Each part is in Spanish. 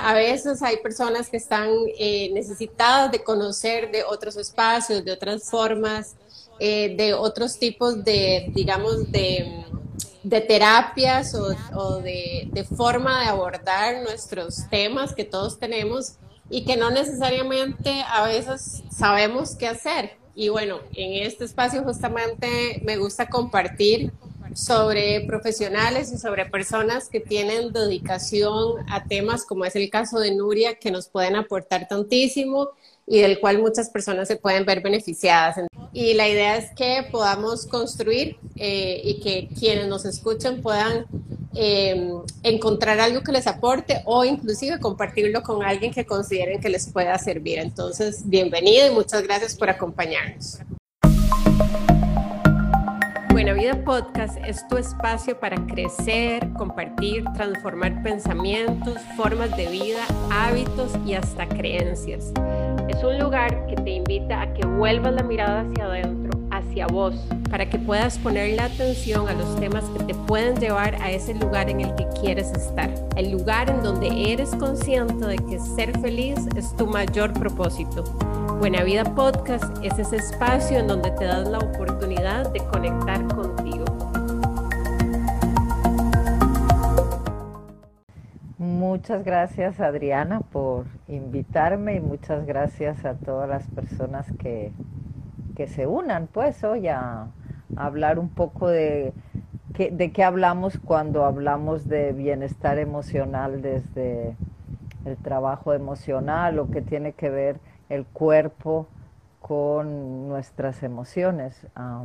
a veces hay personas que están necesitadas de conocer de otros espacios, de otras formas, de otros tipos de, digamos, de terapias o de forma de abordar nuestros temas que todos tenemos y que no necesariamente a veces sabemos qué hacer. Y bueno, en este espacio justamente me gusta compartir sobre profesionales y sobre personas que tienen dedicación a temas como es el caso de Nuria, que nos pueden aportar tantísimo y del cual muchas personas se pueden ver beneficiadas. Y la idea es que podamos construir y que quienes nos escuchen puedan encontrar algo que les aporte o inclusive compartirlo con alguien que consideren que les pueda servir. Entonces, bienvenido y muchas gracias por acompañarnos. Buena Vida Podcast es tu espacio para crecer, compartir, transformar pensamientos, formas de vida, hábitos y hasta creencias. Es un lugar que te invita a que vuelvas la mirada hacia adentro, hacia vos, para que puedas poner la atención a los temas que te pueden llevar a ese lugar en el que quieres estar. El lugar en donde eres consciente de que ser feliz es tu mayor propósito. Buena Vida Podcast es ese espacio en donde te das la oportunidad de conectar contigo. Muchas gracias, Adriana, por invitarme y muchas gracias a todas las personas que se unan pues hoy a hablar un poco de qué hablamos cuando hablamos de bienestar emocional desde el trabajo emocional o qué tiene que ver el cuerpo con nuestras emociones.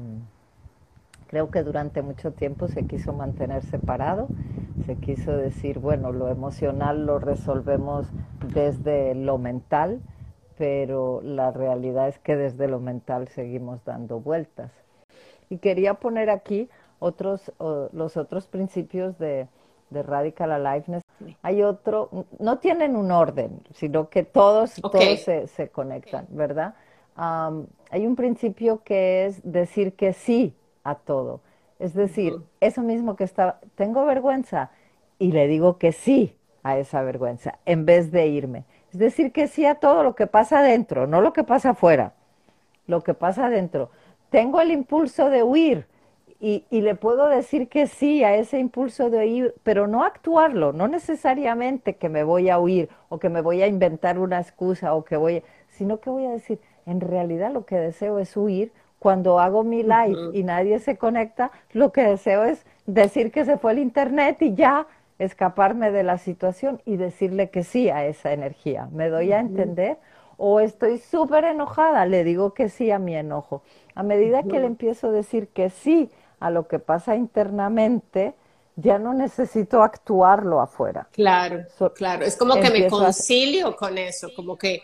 Creo que durante mucho tiempo se quiso mantener separado, se quiso decir, bueno, lo emocional lo resolvemos desde lo mental, pero la realidad es que desde lo mental seguimos dando vueltas. Y quería poner aquí los otros principios de Radical Aliveness. Hay otro, no tienen un orden, sino que todos se conectan, ¿verdad? Hay un principio que es decir que sí a todo. Es decir, eso mismo que tengo vergüenza y le digo que sí a esa vergüenza en vez de irme. Es decir que sí a todo lo que pasa adentro, no lo que pasa afuera, lo que pasa adentro. Tengo el impulso de huir y le puedo decir que sí a ese impulso de huir, pero no actuarlo, no necesariamente que me voy a huir o que me voy a inventar una excusa sino que voy a decir, en realidad lo que deseo es huir. Cuando hago mi live y nadie se conecta, lo que deseo es decir que se fue el internet y ya escaparme de la situación y decirle que sí a esa energía. ¿Me doy a entender? O estoy súper enojada, le digo que sí a mi enojo. A medida que le empiezo a decir que sí a lo que pasa internamente, ya no necesito actuarlo afuera. Claro, claro. Es como que me concilio con eso, como que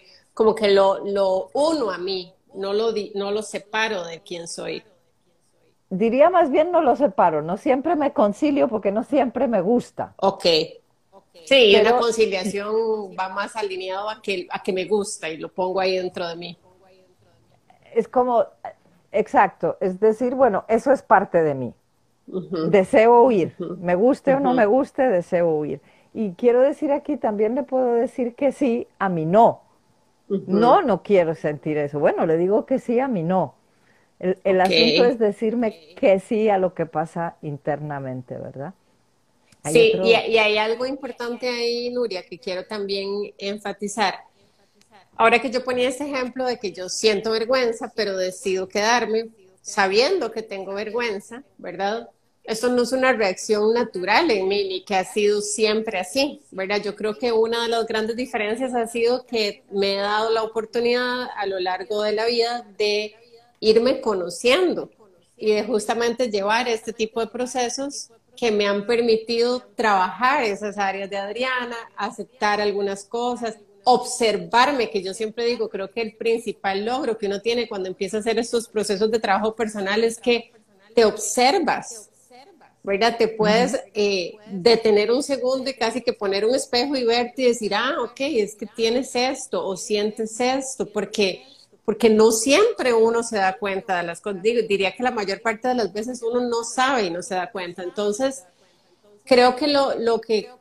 lo uno a mí, no lo separo de quién soy. Diría más bien no lo separo, no siempre me concilio porque no siempre me gusta. Ok. Sí, y una Pero conciliación va más alineado a que me gusta y lo pongo ahí dentro de mí. es como, exacto, es decir, bueno, eso es parte de mí. Deseo huir, me guste o no me guste, deseo huir. Y quiero decir aquí, también le puedo decir que sí a mi no. No quiero sentir eso. Bueno, le digo que sí a mi no. El asunto es decirme que sí a lo que pasa internamente, ¿verdad? Sí, y hay algo importante ahí, Nuria, que quiero también enfatizar. Ahora que yo ponía ese ejemplo de que yo siento vergüenza, pero decido quedarme sabiendo que tengo vergüenza, ¿verdad? Eso no es una reacción natural en mí, ni que ha sido siempre así, ¿verdad? Yo creo que una de las grandes diferencias ha sido que me he dado la oportunidad a lo largo de la vida de irme conociendo y de justamente llevar este tipo de procesos que me han permitido trabajar esas áreas de Adriana, aceptar algunas cosas, observarme, que yo siempre digo, creo que el principal logro que uno tiene cuando empieza a hacer estos procesos de trabajo personal es que te observas, ¿verdad? Te puedes detener un segundo y casi que poner un espejo y verte y decir, ok, es que tienes esto o sientes esto, porque no siempre uno se da cuenta de las cosas. Diría que la mayor parte de las veces uno no sabe y no se da cuenta. Entonces, creo que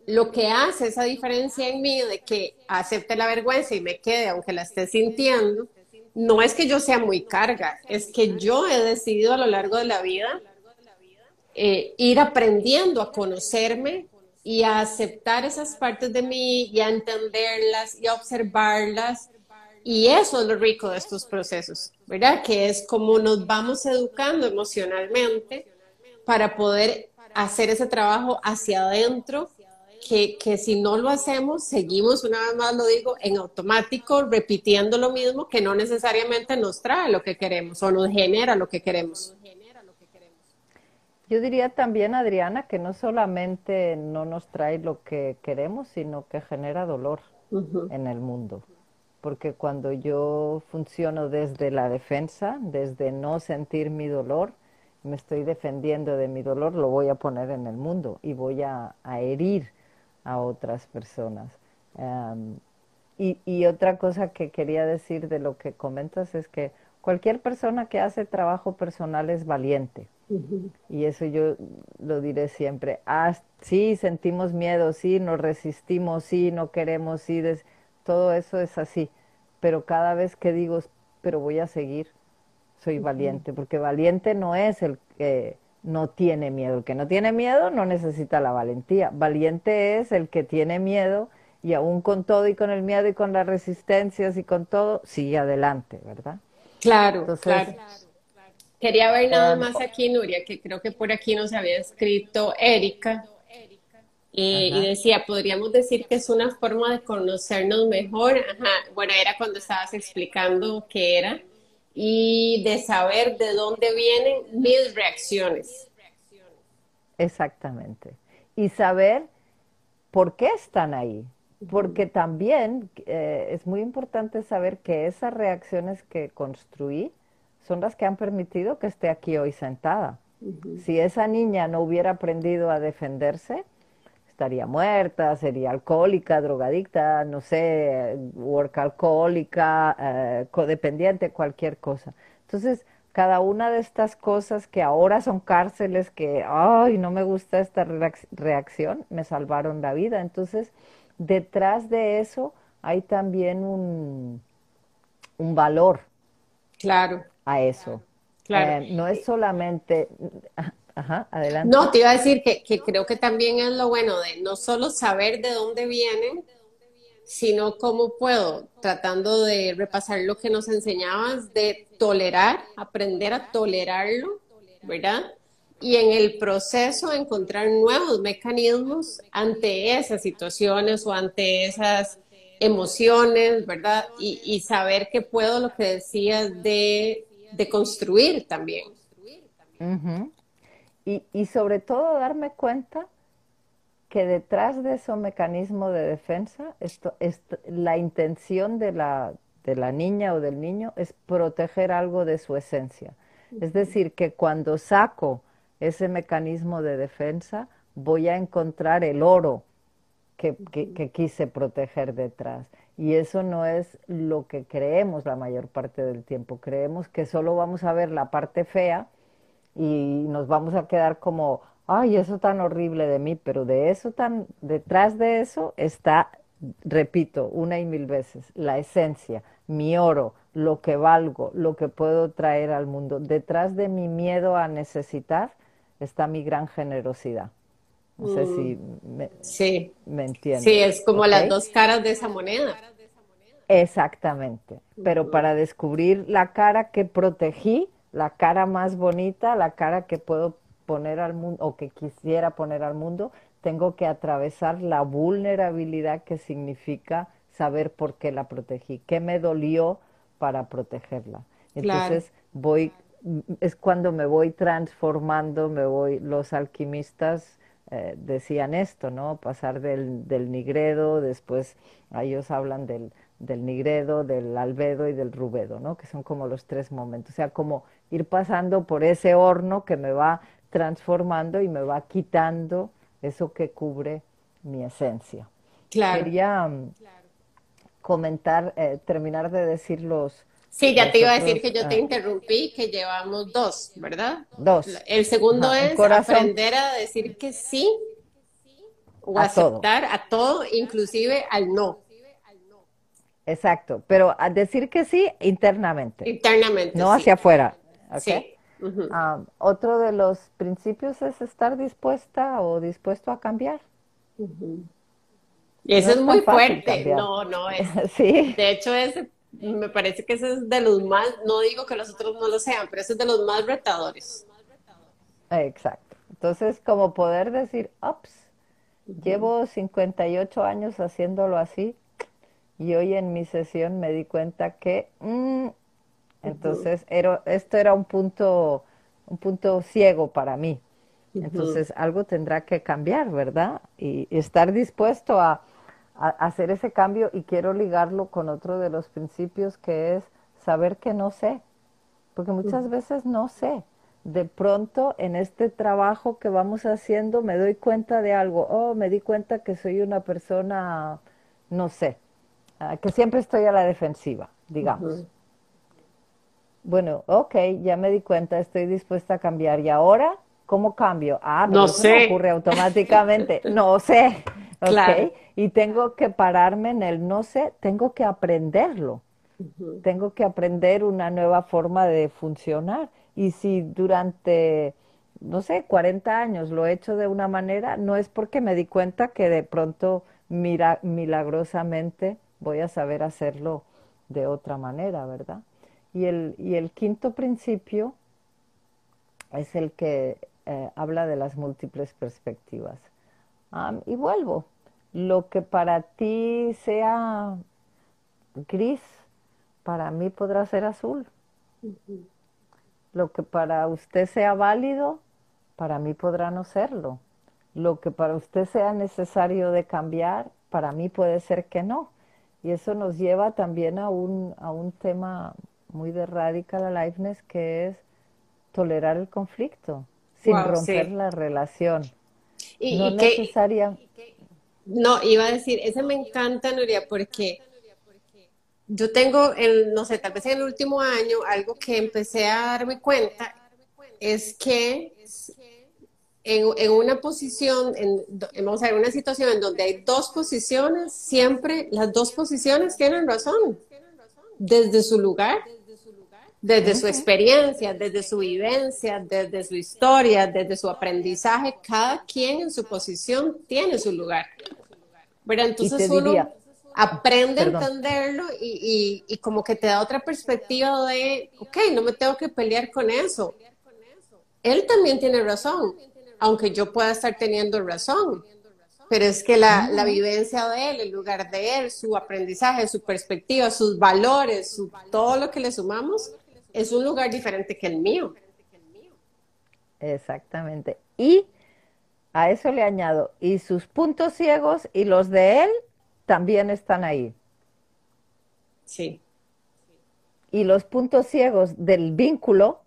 lo que hace esa diferencia en mí de que acepte la vergüenza y me quede aunque la esté sintiendo, no es que yo sea muy carga, es que yo he decidido a lo largo de la vida ir aprendiendo a conocerme y a aceptar esas partes de mí y a entenderlas y a observarlas. Y eso es lo rico de estos procesos, ¿verdad? Que es como nos vamos educando emocionalmente para poder hacer ese trabajo hacia adentro, que si no lo hacemos, seguimos, una vez más lo digo, en automático, repitiendo lo mismo que no necesariamente nos trae lo que queremos o nos genera lo que queremos. Yo diría también, Adriana, que no solamente no nos trae lo que queremos, sino que genera dolor Ujú. en el mundo. Porque cuando yo funciono desde la defensa, desde no sentir mi dolor, me estoy defendiendo de mi dolor, lo voy a poner en el mundo y voy a herir a otras personas. Um, y otra cosa que quería decir de lo que comentas es que cualquier persona que hace trabajo personal es valiente. Y eso yo lo diré siempre. Ah, sí, sentimos miedo, sí, nos resistimos, sí, no queremos, sí, todo eso es así. Pero cada vez que digo, pero voy a seguir, soy valiente, porque valiente no es el que no tiene miedo. El que no tiene miedo no necesita la valentía. Valiente es el que tiene miedo y aún con todo y con el miedo y con las resistencias y con todo, sigue adelante, ¿verdad? Claro, Entonces, claro. Quería ver nada um, más aquí, Nuria, que creo que por aquí nos había escrito Erika, y ajá. decía, podríamos decir que es una forma de conocernos mejor. Ajá, bueno, era cuando estabas explicando qué era, y de saber de dónde vienen mis reacciones. Exactamente. Y saber por qué están ahí. Ujú, Porque también es muy importante saber que esas reacciones que construí son las que han permitido que esté aquí hoy sentada. ujú. Si esa niña no hubiera aprendido a defenderse, estaría muerta, sería alcohólica, drogadicta, no sé, workaholica, codependiente, cualquier cosa. Entonces, cada una de estas cosas que ahora son cárceles, que, ay, no me gusta esta reacción, me salvaron la vida. Entonces, detrás de eso hay también un valor Claro, a eso. claro. No es solamente, ajá, No, adelante. te iba a decir que creo que también es lo bueno de no solo saber de dónde vienen, sino cómo puedo, tratando de repasar lo que nos enseñabas, de tolerar, aprender a tolerarlo, ¿verdad? Y en el proceso encontrar nuevos mecanismos ante esas situaciones o ante esas emociones, ¿verdad? Y saber que puedo, lo que decías, de construir también. Ujú. Y sobre todo darme cuenta que detrás de ese mecanismo de defensa, la intención de la niña o del niño es proteger algo de su esencia. Es decir, que cuando saco ese mecanismo de defensa, voy a encontrar el oro que quise proteger detrás. Y eso no es lo que creemos la mayor parte del tiempo. Creemos que solo vamos a ver la parte fea y nos vamos a quedar como, ay, eso tan horrible de mí, pero de eso tan, detrás de eso está, repito, una y mil veces, la esencia, mi oro, lo que valgo, lo que puedo traer al mundo. Detrás de mi miedo a necesitar está mi gran generosidad. No sé Mm, si me, sí, me sí, entiendes, es como ¿ok? las dos caras de esa moneda. Exactamente, pero Ujú. para descubrir la cara que protegí, la cara más bonita, la cara que puedo poner al mundo o que quisiera poner al mundo, tengo que atravesar la vulnerabilidad que significa saber por qué la protegí, qué me dolió para protegerla. Claro. Entonces voy, es cuando me voy transformando, los alquimistas decían esto, ¿no? Pasar del nigredo, después ellos hablan del nigredo, del albedo y del rubedo, ¿no? Que son como los tres momentos. O sea, como ir pasando por ese horno que me va transformando y me va quitando eso que cubre mi esencia. Claro. Quería comentar, terminar de decir Sí, ya te los iba a decir otros que yo te interrumpí, que llevamos dos, ¿verdad? dos. El segundo Ajá, un es corazón. aprender a decir que sí o a todo. aceptar a todo, inclusive al no, Exacto, pero a decir que sí internamente, internamente, no sí, hacia afuera, ¿ok? sí. Ujú. Otro de los principios es estar dispuesta o dispuesto a cambiar. Ujú. Y No eso es es tan muy fácil fuerte. cambiar. No, no es. Sí, De hecho, me parece que ese es de los más, no digo que los otros no lo sean, pero ese es de los más retadores. exacto. Entonces, como poder decir, ups, Ujú, llevo 58 años haciéndolo así y hoy en mi sesión me di cuenta que ujú, entonces esto era un punto ciego para mí. ujú. Entonces algo tendrá que cambiar, ¿verdad? Y estar dispuesto a hacer ese cambio y quiero ligarlo con otro de los principios que es saber que no sé, porque muchas veces no sé. De pronto en este trabajo que vamos haciendo me doy cuenta de algo, oh, me di cuenta que soy una persona, no sé, que siempre estoy a la defensiva, digamos. Ujú. Bueno, ok, ya me di cuenta, estoy dispuesta a cambiar. ¿Y ahora cómo cambio? Ah, No pero eso sé, no ocurre automáticamente. No sé, claro. ok. Y tengo que pararme en el no sé, tengo que aprenderlo. Ujú. Tengo que aprender una nueva forma de funcionar. Y si durante, no sé, 40 años lo he hecho de una manera, no es porque me di cuenta que de pronto milagrosamente voy a saber hacerlo de otra manera, ¿verdad? Y el quinto principio es el que habla de las múltiples perspectivas. Y vuelvo, lo que para ti sea gris, para mí podrá ser azul. Ujú. Lo que para usted sea válido, para mí podrá no serlo. Lo que para usted sea necesario de cambiar, para mí puede ser que no. Y eso nos lleva también a un tema muy de Radical Aliveness, que es tolerar el conflicto sin Wow, romper sí. la relación. No Y que, necesaria. no, iba a decir, ese me encanta, Nuria, porque yo tengo, no sé, tal vez en el último año, algo que empecé a darme cuenta es que en una posición, vamos a ver, una situación en donde hay dos posiciones, siempre las dos posiciones tienen razón, desde su lugar, desde su Ujú. experiencia, desde su vivencia, desde su historia, desde su aprendizaje, cada quien en su posición tiene su lugar. ¿Verdad? Y te Entonces diría, uno aprende a perdón, entenderlo y como que te da otra perspectiva de, ok, no me tengo que pelear con eso. Él también tiene razón, aunque yo pueda estar teniendo razón. Pero es que la ujú, vivencia de él, el lugar de él, su aprendizaje, su perspectiva, sus valores, todo lo que le sumamos, es un lugar diferente que el mío. exactamente. Y a eso le añado, y sus puntos ciegos y los de él también están ahí. Sí, Y los puntos ciegos del vínculo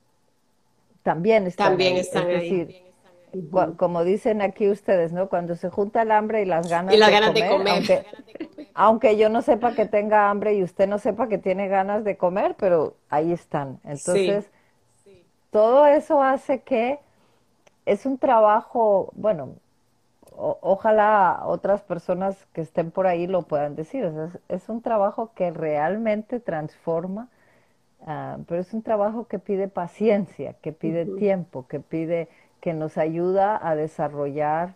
también están también ahí. están Es ahí. decir, Ujú. como dicen aquí ustedes, ¿no? Cuando se junta el hambre y las Y ganas las de ganas de comer, comer. aunque yo no sepa que tenga hambre y usted no sepa que tiene ganas de comer, pero ahí están. Sí. Entonces, todo eso hace que es un trabajo, bueno, ojalá otras personas que estén por ahí lo puedan decir. O sea, es un trabajo que realmente transforma, pero es un trabajo que pide paciencia, que pide Ujú. tiempo, que nos ayuda a desarrollar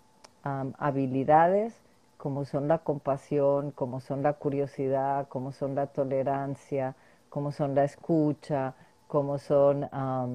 habilidades como son la compasión, como son la curiosidad, como son la tolerancia, como son la escucha, como son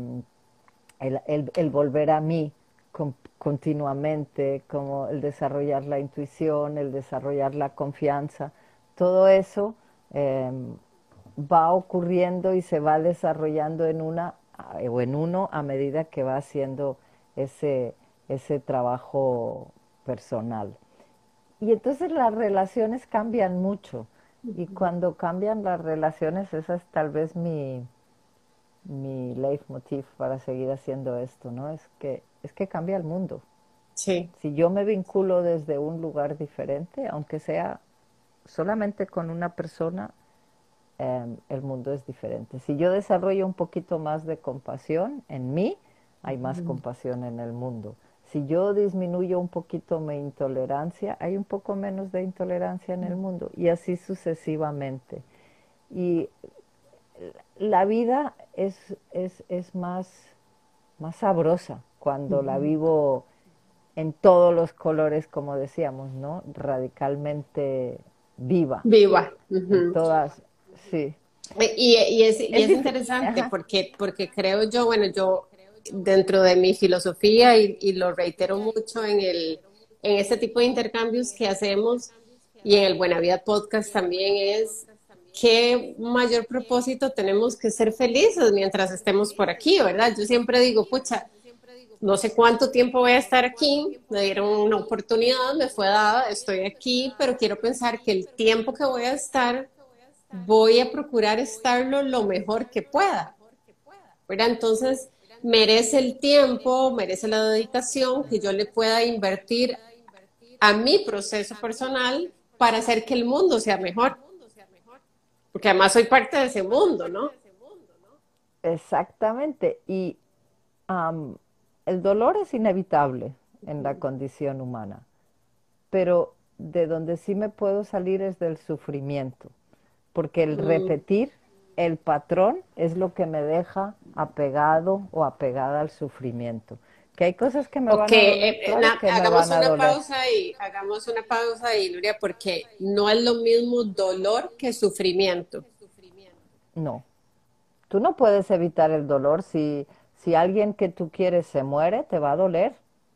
el volver a mí continuamente, como el desarrollar la intuición, el desarrollar la confianza. Todo eso eh, va ocurriendo y se va desarrollando en una o en uno a medida que va haciendo ese, ese trabajo personal. Y entonces las relaciones cambian mucho. Y cuando cambian las relaciones, esa es tal vez mi leitmotiv para seguir haciendo esto, ¿no? Es que cambia el mundo. Sí. Si yo me vinculo desde un lugar diferente, aunque sea solamente con una persona, el mundo es diferente. Si yo desarrollo un poquito más de compasión en mí, hay más compasión en el mundo. Si yo disminuyo un poquito mi intolerancia, hay un poco menos de intolerancia en el mundo y así sucesivamente. Y la vida es más sabrosa cuando la vivo en todos los colores, como decíamos, ¿no? Radicalmente viva. Viva. En Ujú. todas, sí. Y Es es interesante Ajá. porque creo yo, bueno, yo dentro de mi filosofía y lo reitero mucho en este tipo de intercambios que hacemos y en el Buena Vida Podcast también es qué mayor propósito tenemos que ser felices mientras estemos por aquí, ¿verdad? Yo siempre digo, pucha, no sé cuánto tiempo voy a estar aquí, me dieron una oportunidad, me fue dada, estoy aquí, pero quiero pensar que el tiempo que voy a estar voy a procurar estarlo lo mejor que pueda, ¿verdad? Entonces, merece el tiempo, merece la dedicación que yo le pueda invertir a mi proceso personal para hacer que el mundo sea mejor, porque además soy parte de ese mundo, ¿no? Exactamente. Y am, el dolor es inevitable en la condición humana, pero de donde sí me puedo salir es del sufrimiento, porque el Mm, repetir el patrón es lo que me deja apegado o apegada al sufrimiento. Que hay cosas que me ok, van a doler, claro que me hagamos van a una doler. pausa y hagamos una pausa y Nuria, porque no es lo mismo dolor que sufrimiento. No, tú no puedes evitar el dolor. Si alguien que tú quieres se muere, te va a doler.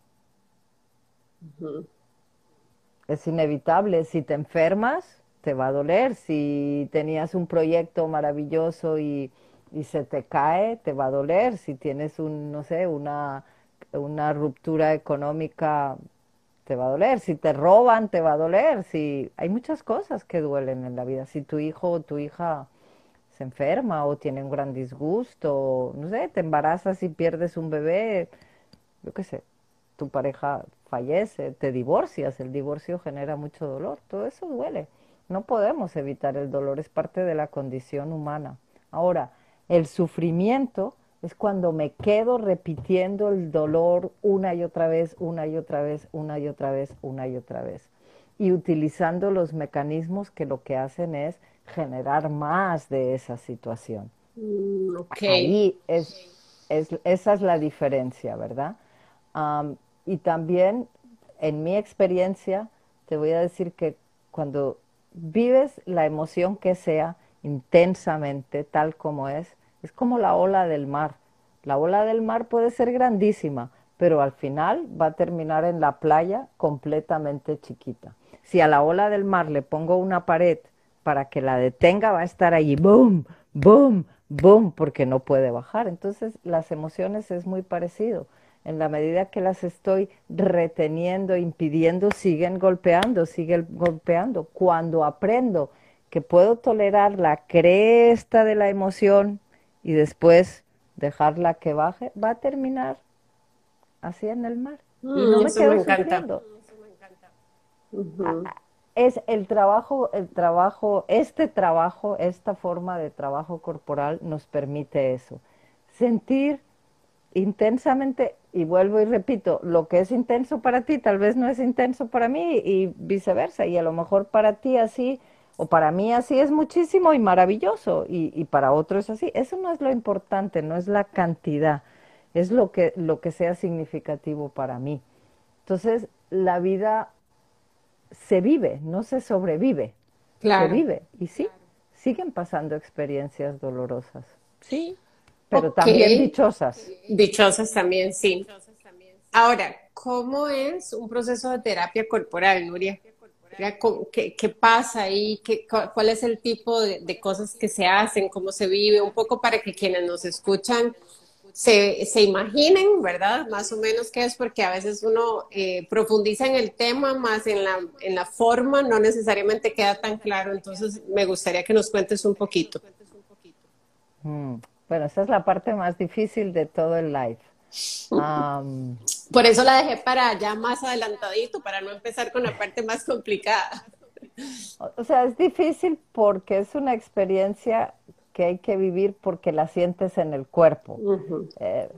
Ujú. Es inevitable. Si te enfermas, te va a doler. Si tenías un proyecto maravilloso y se te cae, te va a doler. Si tienes no sé, una ruptura económica, te va a doler. Si te roban, te va a doler. Hay muchas cosas que duelen en la vida. Si tu hijo o tu hija se enferma o tiene un gran disgusto, o, no sé, te embarazas y pierdes un bebé, yo qué sé, tu pareja fallece, te divorcias, el divorcio genera mucho dolor, todo eso duele. No podemos evitar el dolor, es parte de la condición humana. Ahora, el sufrimiento es cuando me quedo repitiendo el dolor una y otra vez, una y otra vez, una y otra vez, una y otra vez. Y utilizando los mecanismos que lo que hacen es generar más de esa situación. Ok. Ahí esa es la diferencia, ¿verdad? Y también, en mi experiencia, te voy a decir que cuando vives la emoción que sea intensamente, tal como es como la ola del mar. La ola del mar puede ser grandísima, pero al final va a terminar en la playa completamente chiquita. Si a la ola del mar le pongo una pared para que la detenga, va a estar allí, boom, boom, boom, porque no puede bajar. Entonces, las emociones es muy parecido. En la medida que las estoy reteniendo, impidiendo, siguen golpeando. Cuando aprendo que puedo tolerar la cresta de la emoción y después dejarla que baje, va a terminar así en el mar. Y no me Eso me quedo encanta. sufriendo. Ujú. Es este trabajo, esta forma de trabajo corporal nos permite eso. Sentir intensamente, y vuelvo y repito, lo que es intenso para ti tal vez no es intenso para mí y viceversa, y a lo mejor para ti así o para mí así es muchísimo y maravilloso y para otro es así. Eso no es lo importante, no es la cantidad, es lo que sea significativo para mí. Entonces, la vida se vive, no se sobrevive, se Claro. vive. Y sí, siguen pasando experiencias dolorosas, sí, pero Ok. también dichosas. Dichosas también, sí. Ahora, ¿cómo es un proceso de terapia corporal, Nuria? Mira, ¿qué pasa ahí? ¿Cuál es el tipo de cosas que se hacen? ¿Cómo se vive? Un poco para que quienes nos escuchan se imaginen, ¿verdad? Más o menos qué es, porque a veces uno profundiza en el tema, más en la forma no necesariamente queda tan claro. Entonces, me gustaría que nos cuentes un poquito. Mm, Bueno, esa es la parte más difícil de todo el live. Am, Por eso la dejé para ya más adelantadito, para no empezar con la parte más complicada. o sea, es difícil porque es una experiencia que hay que vivir porque la sientes en el cuerpo. Ujú. Eh,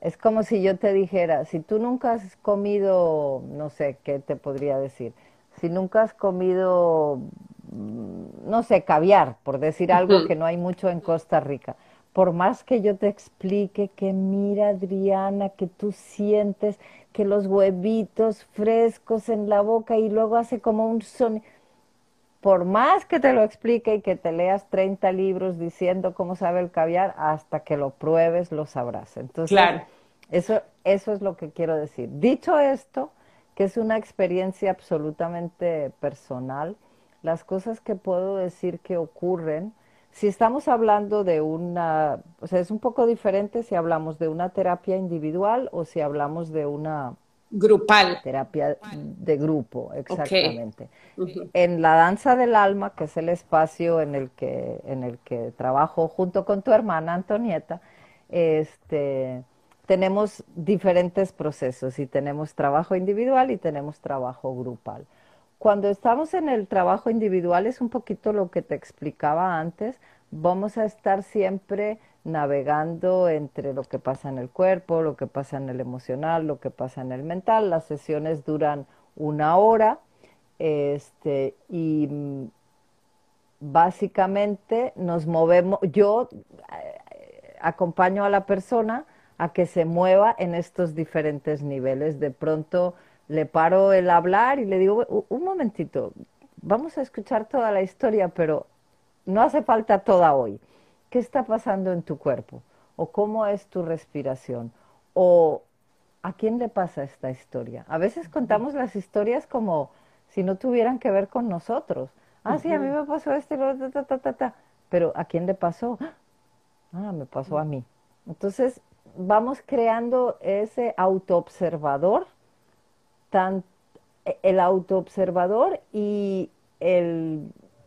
Es como si yo te dijera, si tú nunca has comido, no sé, ¿qué te podría decir? Si nunca has comido, no sé, caviar, por decir algo Ujú. que no hay mucho en Costa Rica, por más que yo te explique que mira, Adriana, que tú sientes que los huevitos frescos en la boca y luego hace como un sonido, por más que te lo explique y que te leas 30 libros diciendo cómo sabe el caviar, hasta que lo pruebes lo sabrás. Entonces, Claro. eso es lo que quiero decir. Dicho esto, que es una experiencia absolutamente personal, las cosas que puedo decir que ocurren, si estamos hablando de una, o sea, es un poco diferente si hablamos de una terapia individual o si hablamos de una Grupal. terapia de grupo, Ok. exactamente. Ujú. En la danza del alma, que es el espacio en el que trabajo junto con tu hermana Antonieta, este, tenemos diferentes procesos y tenemos trabajo individual y tenemos trabajo grupal. Cuando estamos en el trabajo individual es un poquito lo que te explicaba antes, vamos a estar siempre navegando entre lo que pasa en el cuerpo, lo que pasa en el emocional, lo que pasa en el mental. Las sesiones duran una hora, y básicamente nos movemos, yo acompaño a la persona a que se mueva en estos diferentes niveles. De pronto le paro el hablar y le digo, un momentito, vamos a escuchar toda la historia, pero no hace falta toda hoy. ¿Qué está pasando en tu cuerpo? ¿O cómo es tu respiración? ¿O a quién le pasa esta historia? A veces contamos las historias como si no tuvieran que ver con nosotros. Ah, sí, a mí Ujú. me pasó esto y lo ta, ta, ta, ta, ta. Pero ¿a quién le pasó? Ah, me pasó a mí. Entonces, vamos creando ese autoobservador, tan, el autoobservador y el,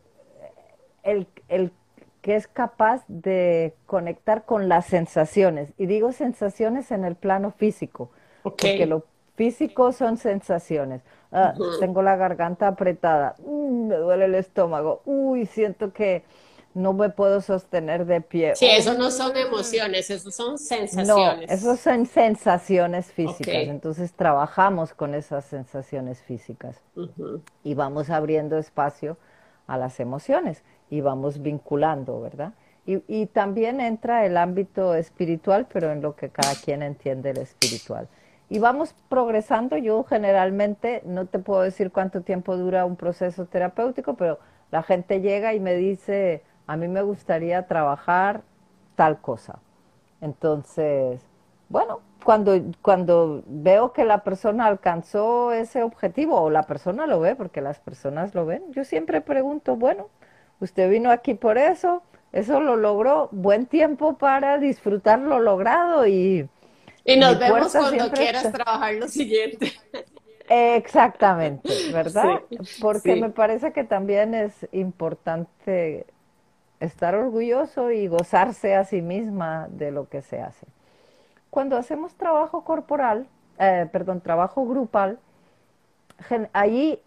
el que es capaz de conectar con las sensaciones. Y digo sensaciones en el plano físico, Ok. porque lo físico son sensaciones. Ah, Ujú. tengo la garganta apretada, me duele el estómago, uy, siento que no me puedo sostener de pie. Sí, eso no son emociones, eso son No, esas sensaciones. son sensaciones Ok. físicas, entonces trabajamos con esas sensaciones físicas Ujú. y vamos abriendo espacio a las emociones y vamos vinculando, ¿verdad? Y también entra el ámbito espiritual, pero en lo que cada quien entiende el espiritual. Y vamos progresando. Yo generalmente no te puedo decir cuánto tiempo dura un proceso terapéutico, pero la gente llega y me dice, a mí me gustaría trabajar tal cosa. Entonces, bueno, cuando veo que la persona alcanzó ese objetivo, o la persona lo ve, porque las personas lo ven, yo siempre pregunto, bueno, usted vino aquí por eso lo logró, buen tiempo para disfrutar lo logrado y Y mi nos vemos puerta cuando siempre quieras está. trabajar lo siguiente. Exactamente, ¿verdad? Sí, Porque me sí. parece que también es importante estar orgulloso y gozarse a sí misma de lo que se hace. Cuando hacemos trabajo corporal, perdón, trabajo grupal, ahí,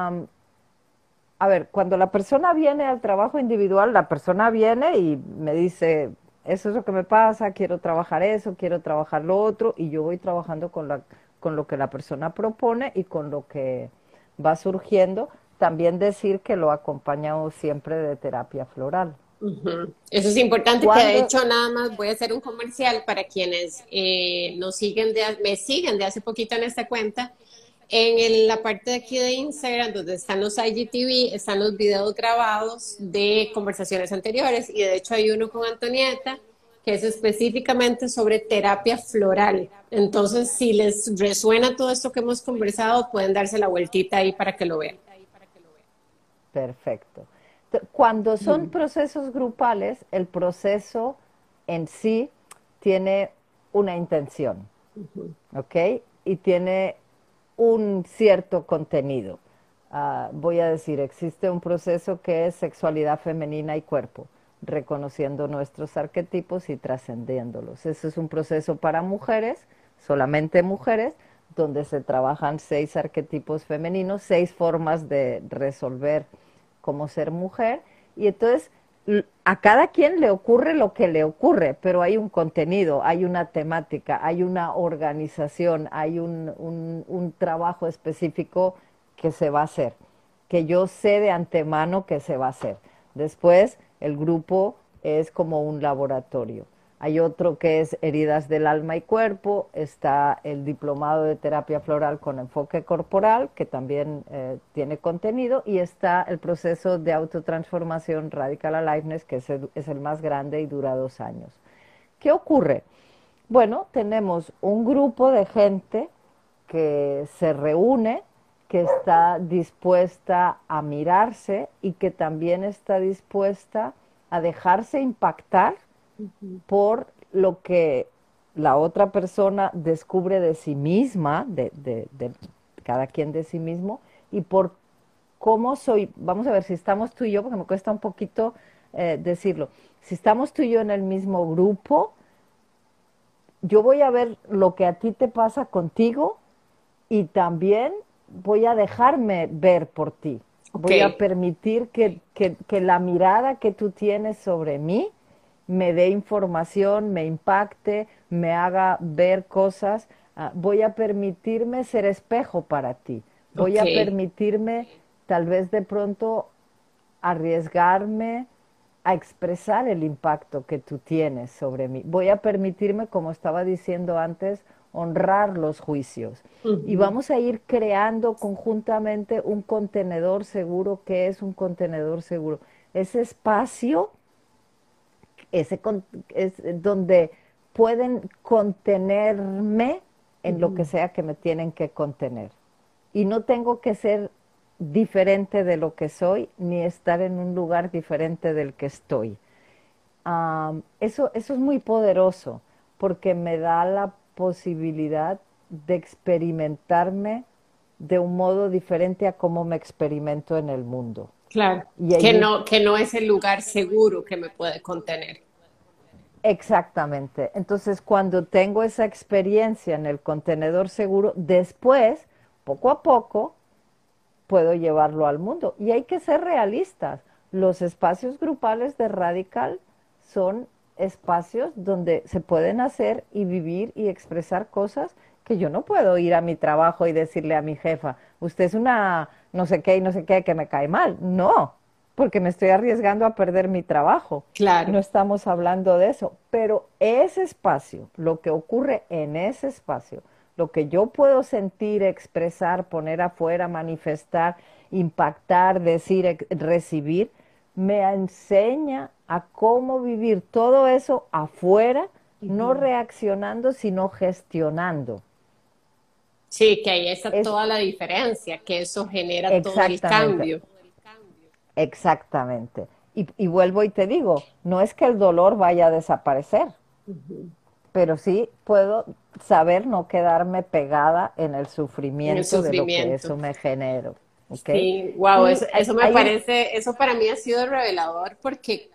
a ver, cuando la persona viene al trabajo individual, la persona viene y me dice, eso es lo que me pasa, quiero trabajar eso, quiero trabajar lo otro, y yo voy trabajando con lo que la persona propone y con lo que va surgiendo. También decir que lo acompañamos siempre de terapia floral. Ujú. Eso es importante, que de Cuando, hecho nada más voy a hacer un comercial para quienes nos siguen me siguen de hace poquito en esta cuenta. La parte de aquí de Instagram, donde están los IGTV, están los videos grabados de conversaciones anteriores y de hecho hay uno con Antonieta que es específicamente sobre terapia floral. Entonces, si les resuena todo esto que hemos conversado, pueden darse la vueltita ahí para que lo vean. perfecto. Cuando son Ujú. procesos grupales, el proceso en sí tiene una intención, Ujú. ¿ok? Y tiene un cierto contenido. Voy a decir, existe un proceso que es sexualidad femenina y cuerpo, reconociendo nuestros arquetipos y trascendiéndolos. Eso es un proceso para mujeres, solamente mujeres, donde se trabajan 6 arquetipos femeninos, 6 formas de resolver cómo ser mujer. Y entonces a cada quien le ocurre lo que le ocurre, pero hay un contenido, hay una temática, hay una organización, hay un trabajo específico que se va a hacer, que yo sé de antemano que se va a hacer. Después, el grupo es como un laboratorio. Hay otro que es heridas del alma y cuerpo, está el diplomado de terapia floral con enfoque corporal, que también tiene contenido, y está el proceso de autotransformación Radical Aliveness, que es el más grande y dura 2 años. ¿Qué ocurre? Bueno, tenemos un grupo de gente que se reúne, que está dispuesta a mirarse y que también está dispuesta a dejarse impactar por lo que la otra persona descubre de sí misma, de cada quien de sí mismo, y por cómo soy. Vamos a ver si estamos tú y yo, porque me cuesta un poquito decirlo. Si estamos tú y yo en el mismo grupo, yo voy a ver lo que a ti te pasa contigo y también voy a dejarme ver por ti. Ok, Voy a permitir que la mirada que tú tienes sobre mí me dé información, me impacte, me haga ver cosas. Voy a permitirme ser espejo para ti. Voy ok, a permitirme tal vez de pronto arriesgarme a expresar el impacto que tú tienes sobre mí. Voy a permitirme, como estaba diciendo antes, honrar los juicios. Y ujú, vamos a ir creando conjuntamente un contenedor seguro. ¿Qué es un contenedor seguro? Ese espacio, es donde pueden contenerme en lo que ujú. sea que me tienen que contener. Y no tengo que ser diferente de lo que soy, ni estar en un lugar diferente del que estoy. Eso es muy poderoso, porque me da la posibilidad de experimentarme de un modo diferente a cómo me experimento en el mundo. Claro, Y allí, que no es el lugar seguro que me puede contener. exactamente. Entonces, cuando tengo esa experiencia en el contenedor seguro, después, poco a poco, puedo llevarlo al mundo. Y hay que ser realistas. Los espacios grupales de Radical son espacios donde se pueden hacer y vivir y expresar cosas que yo no puedo ir a mi trabajo y decirle a mi jefa, usted es una no sé qué y no sé qué que me cae mal. No, porque me estoy arriesgando a perder mi trabajo. Claro. No estamos hablando de eso, pero ese espacio, lo que ocurre en ese espacio, lo que yo puedo sentir, expresar, poner afuera, manifestar, impactar, decir, recibir, me enseña a cómo vivir todo eso afuera, no Ujú. reaccionando, sino gestionando. Sí, que ahí está Es toda la diferencia, que eso genera todo el exactamente, cambio. exactamente. Y vuelvo y te digo, no es que el dolor vaya a desaparecer, Ujú. pero sí puedo saber no quedarme pegada en el En el sufrimiento de lo que sufrimiento. eso me genera, ¿ok? Sí, wow, Y eso me hay un, parece, eso para mí ha sido revelador porque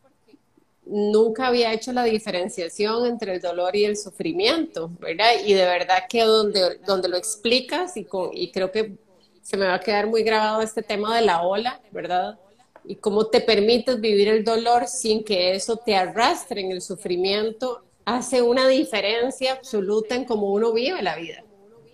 nunca había hecho la diferenciación entre el dolor y el sufrimiento, ¿verdad? Y de verdad que donde lo explicas y creo que se me va a quedar muy grabado este tema de la ola, ¿verdad? Y cómo te permites vivir el dolor sin que eso te arrastre en el sufrimiento, hace una diferencia absoluta en cómo uno vive la vida.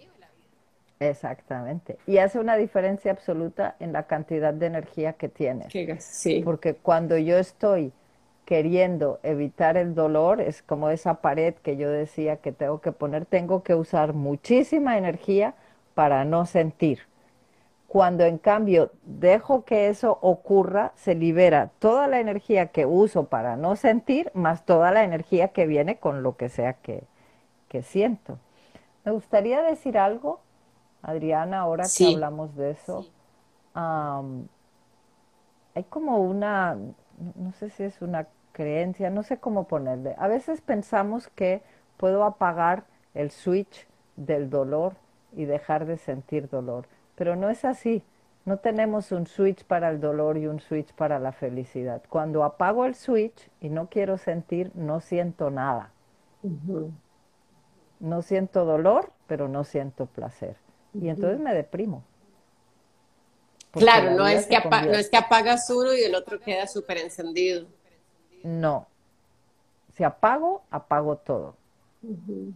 exactamente. Y hace una diferencia absoluta en la cantidad de energía que tienes. Sí, Porque cuando yo estoy queriendo evitar el dolor, es como esa pared que yo decía que tengo que usar muchísima energía para no sentir. Cuando en cambio dejo que eso ocurra, se libera toda la energía que uso para no sentir, más toda la energía que viene con lo que sea que siento. Me gustaría decir algo, Adriana, ahora que sí, hablamos de eso. Am, Hay como una, no sé si es una creencia, no sé cómo ponerle. A veces pensamos que puedo apagar el switch del dolor y dejar de sentir dolor, pero no es así. No tenemos un switch para el dolor y un switch para la felicidad. Cuando apago el switch y no quiero sentir, no siento nada. ujú, No siento dolor, pero no siento placer. Y entonces ujú. me deprimo. porque Claro, la vida se no es que convierte. apagas uno y el otro queda súper encendido. No, si apago, apago todo. Ujú,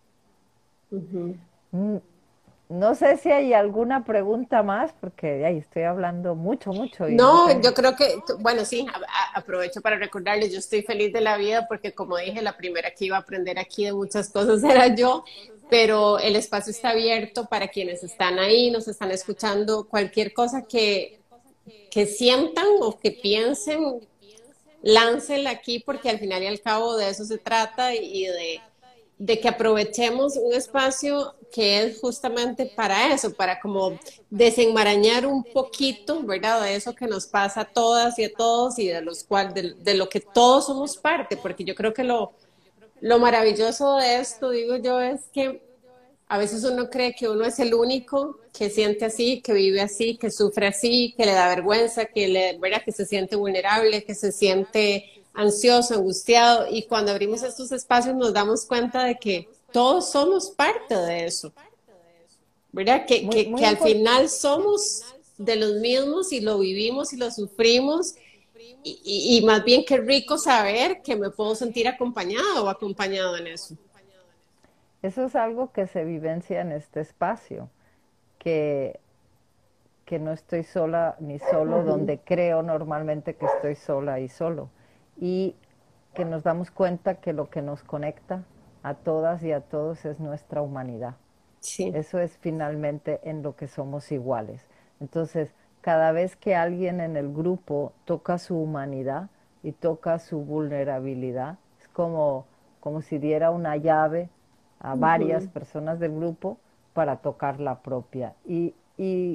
ujú. Mm, No sé si hay alguna pregunta más, porque ay, estoy hablando mucho, mucho y no No, sé. yo creo que, bueno, sí, aprovecho para recordarles, yo estoy feliz de la vida porque como dije, la primera que iba a aprender aquí de muchas cosas era yo, pero el espacio está abierto para quienes están ahí, nos están escuchando, cualquier cosa que sientan o que piensen, láncenla aquí porque al final y al cabo de eso se trata y de que aprovechemos un espacio que es justamente para eso, para como desenmarañar un poquito, ¿verdad? De eso que nos pasa a todas y a todos y de los cual, de lo que todos somos parte, porque yo creo que lo maravilloso de esto, digo yo, es que a veces uno cree que uno es el único que siente así, que vive así, que sufre así, que le da vergüenza, ¿verdad? Que se siente vulnerable, que se siente ansioso, angustiado. Y cuando abrimos estos espacios nos damos cuenta de que todos somos parte de eso, ¿verdad? Muy, muy Que al importante. final somos de los mismos y lo vivimos y lo sufrimos. Y más bien qué rico saber que me puedo sentir acompañado o acompañado en eso. Eso es algo que se vivencia en este espacio, que, que no estoy sola ni solo Ujú. donde creo normalmente que estoy sola y solo. Y que nos damos cuenta que lo que nos conecta a todas y a todos es nuestra humanidad. Sí. Eso es finalmente en lo que somos iguales. Entonces, cada vez que alguien en el grupo toca su humanidad y toca su vulnerabilidad, es como si diera una llave a varias Ujú. personas del grupo para tocar la propia. Y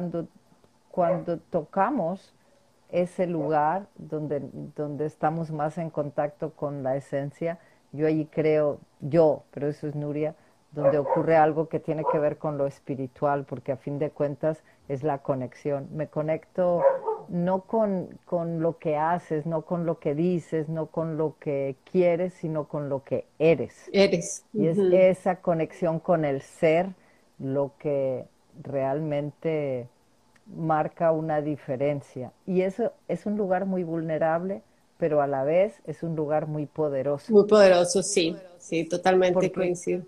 cuando tocamos ese lugar donde estamos más en contacto con la esencia, yo allí creo, pero eso es Nuria, donde ocurre algo que tiene que ver con lo espiritual, porque a fin de cuentas es la conexión. Me conecto no con lo que haces, no con lo que dices, no con lo que quieres, sino con lo que eres. Eres. Y es Ujú. esa conexión con el ser lo que realmente marca una diferencia. Y eso es un lugar muy vulnerable, pero a la vez es un lugar muy poderoso, Muy poderoso, sí, sí, totalmente porque coincido.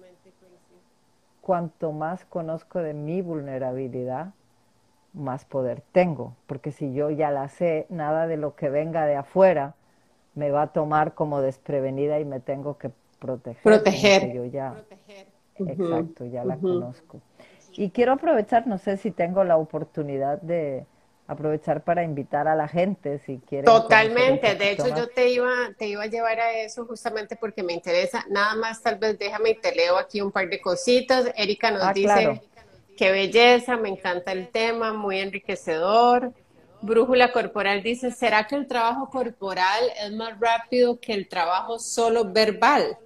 cuanto más conozco de mi vulnerabilidad, más poder tengo, porque si yo ya la sé, nada de lo que venga de afuera me va a tomar como desprevenida y me tengo que proteger, sino que Proteger. yo ya, Ujú, exacto, ya la ujú. conozco. Y quiero aprovechar, no sé si tengo la oportunidad de aprovechar para invitar a la gente si quieren conocer un Totalmente. De poquito hecho, más. te iba a llevar a eso justamente porque me interesa. Nada más, tal vez déjame y te leo aquí un par de cositas. Erika nos Ah, claro. dice, qué belleza, me encanta el tema, muy enriquecedor. Brújula corporal dice, ¿será que el trabajo corporal es más rápido que el trabajo solo verbal?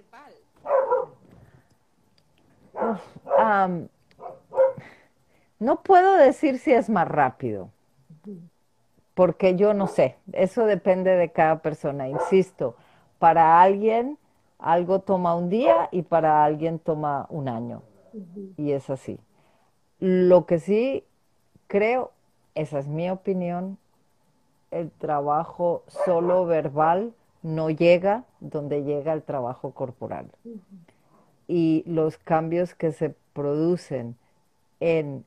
Am, no puedo decir si es más rápido, porque yo no sé, eso depende de cada persona, insisto, para alguien algo toma un día y para alguien toma un año, Ujú. y es así. Lo que sí creo, esa es mi opinión, el trabajo solo verbal no llega donde llega el trabajo corporal. Y los cambios que se producen en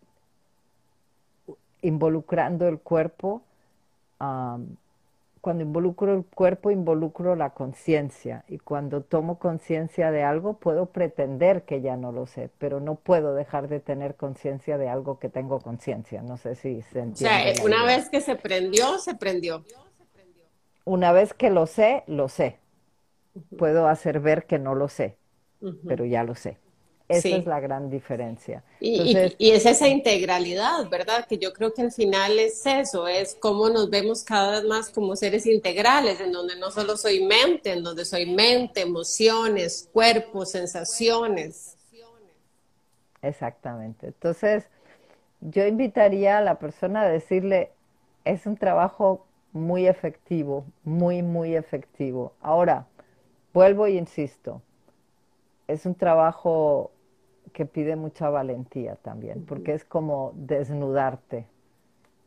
involucrando el cuerpo, um, cuando involucro el cuerpo, involucro la conciencia. Y cuando tomo conciencia de algo, puedo pretender que ya no lo sé, pero no puedo dejar de tener conciencia de algo que tengo conciencia. No sé si se O sea, entiende la una idea. vez que se prendió, se prendió. Una vez que lo sé, lo sé. Puedo hacer ver que no lo sé, Ujú. pero ya lo sé. Esa es Sí. la gran diferencia. Entonces, Y es esa integralidad, ¿verdad? Que yo creo que al final es eso, es cómo nos vemos cada vez más como seres integrales, en donde no solo soy mente, en donde soy mente, emociones, cuerpo, sensaciones. exactamente. Entonces, yo invitaría a la persona a decirle, es un trabajo muy efectivo, muy, muy efectivo. Ahora, vuelvo y insisto, es un trabajo que pide mucha valentía también, porque es como desnudarte.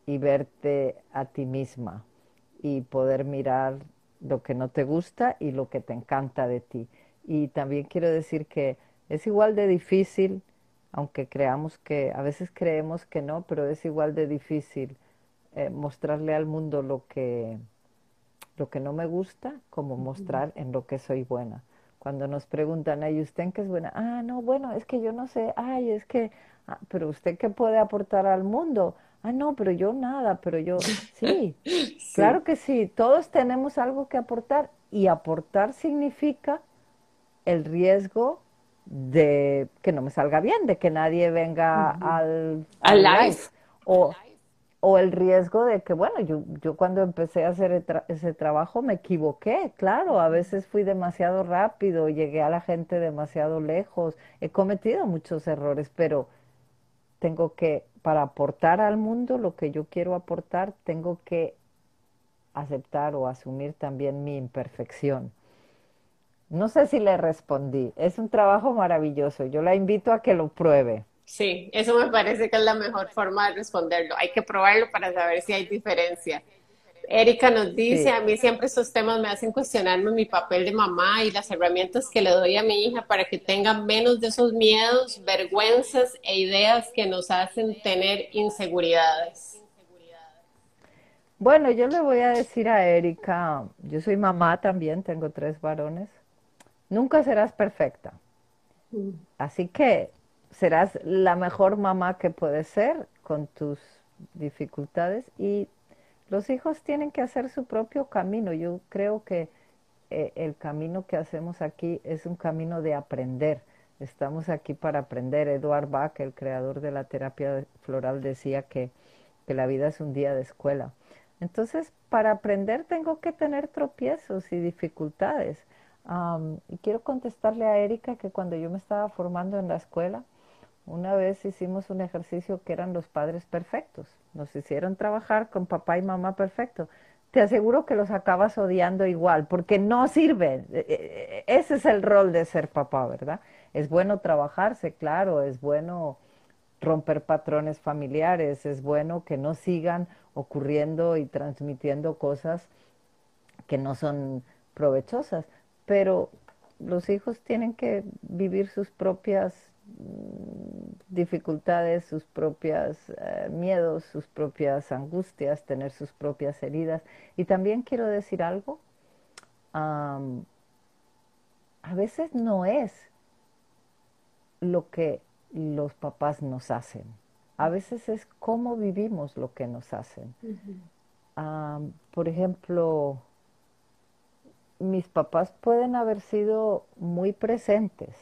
y verte a ti misma y poder mirar lo que no te gusta y lo que te encanta de ti. Y también quiero decir que es igual de difícil, aunque creamos que, a veces creemos que no, pero es igual de difícil mostrarle al mundo lo que no me gusta como mostrar en lo que soy buena. Cuando nos preguntan, ay, ¿usted en qué es buena? Ah, no, bueno, es que yo no sé, ay, es que, ah, pero ¿usted qué puede aportar al mundo? Ah, no, pero yo nada, pero yo, sí, Sí. claro que sí, todos tenemos algo que aportar y aportar significa el riesgo de que no me salga bien, de que nadie venga Ujú. al live Alive. o, o el riesgo de que, bueno, yo cuando empecé a hacer ese trabajo me equivoqué, claro, a veces fui demasiado rápido, llegué a la gente demasiado lejos, he cometido muchos errores, pero tengo que, para aportar al mundo lo que yo quiero aportar, tengo que aceptar o asumir también mi imperfección. No sé si le respondí. Es un trabajo maravilloso. Yo la invito a que lo pruebe. Sí, eso me parece que es la mejor forma de responderlo. Hay que probarlo para saber si hay diferencia. Erika nos dice, Sí. a mí siempre estos temas me hacen cuestionarme mi papel de mamá y las herramientas que le doy a mi hija para que tenga menos de esos miedos, vergüenzas e ideas que nos hacen tener inseguridades. Bueno, yo le voy a decir a Erika, yo soy mamá también, tengo 3 varones. Nunca serás perfecta. Así que serás la mejor mamá que puedes ser con tus dificultades y los hijos tienen que hacer su propio camino. Yo creo que el camino que hacemos aquí es un camino de aprender. Estamos aquí para aprender. Edward Bach, el creador de la terapia floral, decía que la vida es un día de escuela. Entonces, para aprender tengo que tener tropiezos y dificultades. Y quiero contestarle a Erika que cuando yo me estaba formando en la escuela, una vez hicimos un ejercicio que eran los padres perfectos. Nos hicieron trabajar con papá y mamá perfectos. Te aseguro que los acabas odiando igual, porque no sirven. Ese es el rol de ser papá, ¿verdad? Es bueno trabajarse, claro, es bueno romper patrones familiares, es bueno que no sigan ocurriendo y transmitiendo cosas que no son provechosas, pero los hijos tienen que vivir sus propias dificultades, sus propios miedos, sus propias angustias, tener sus propias heridas. Y también quiero decir algo, um, a veces no es lo que los papás nos hacen, a veces es cómo vivimos lo que nos hacen. Por ejemplo, mis papás pueden haber sido muy presentes,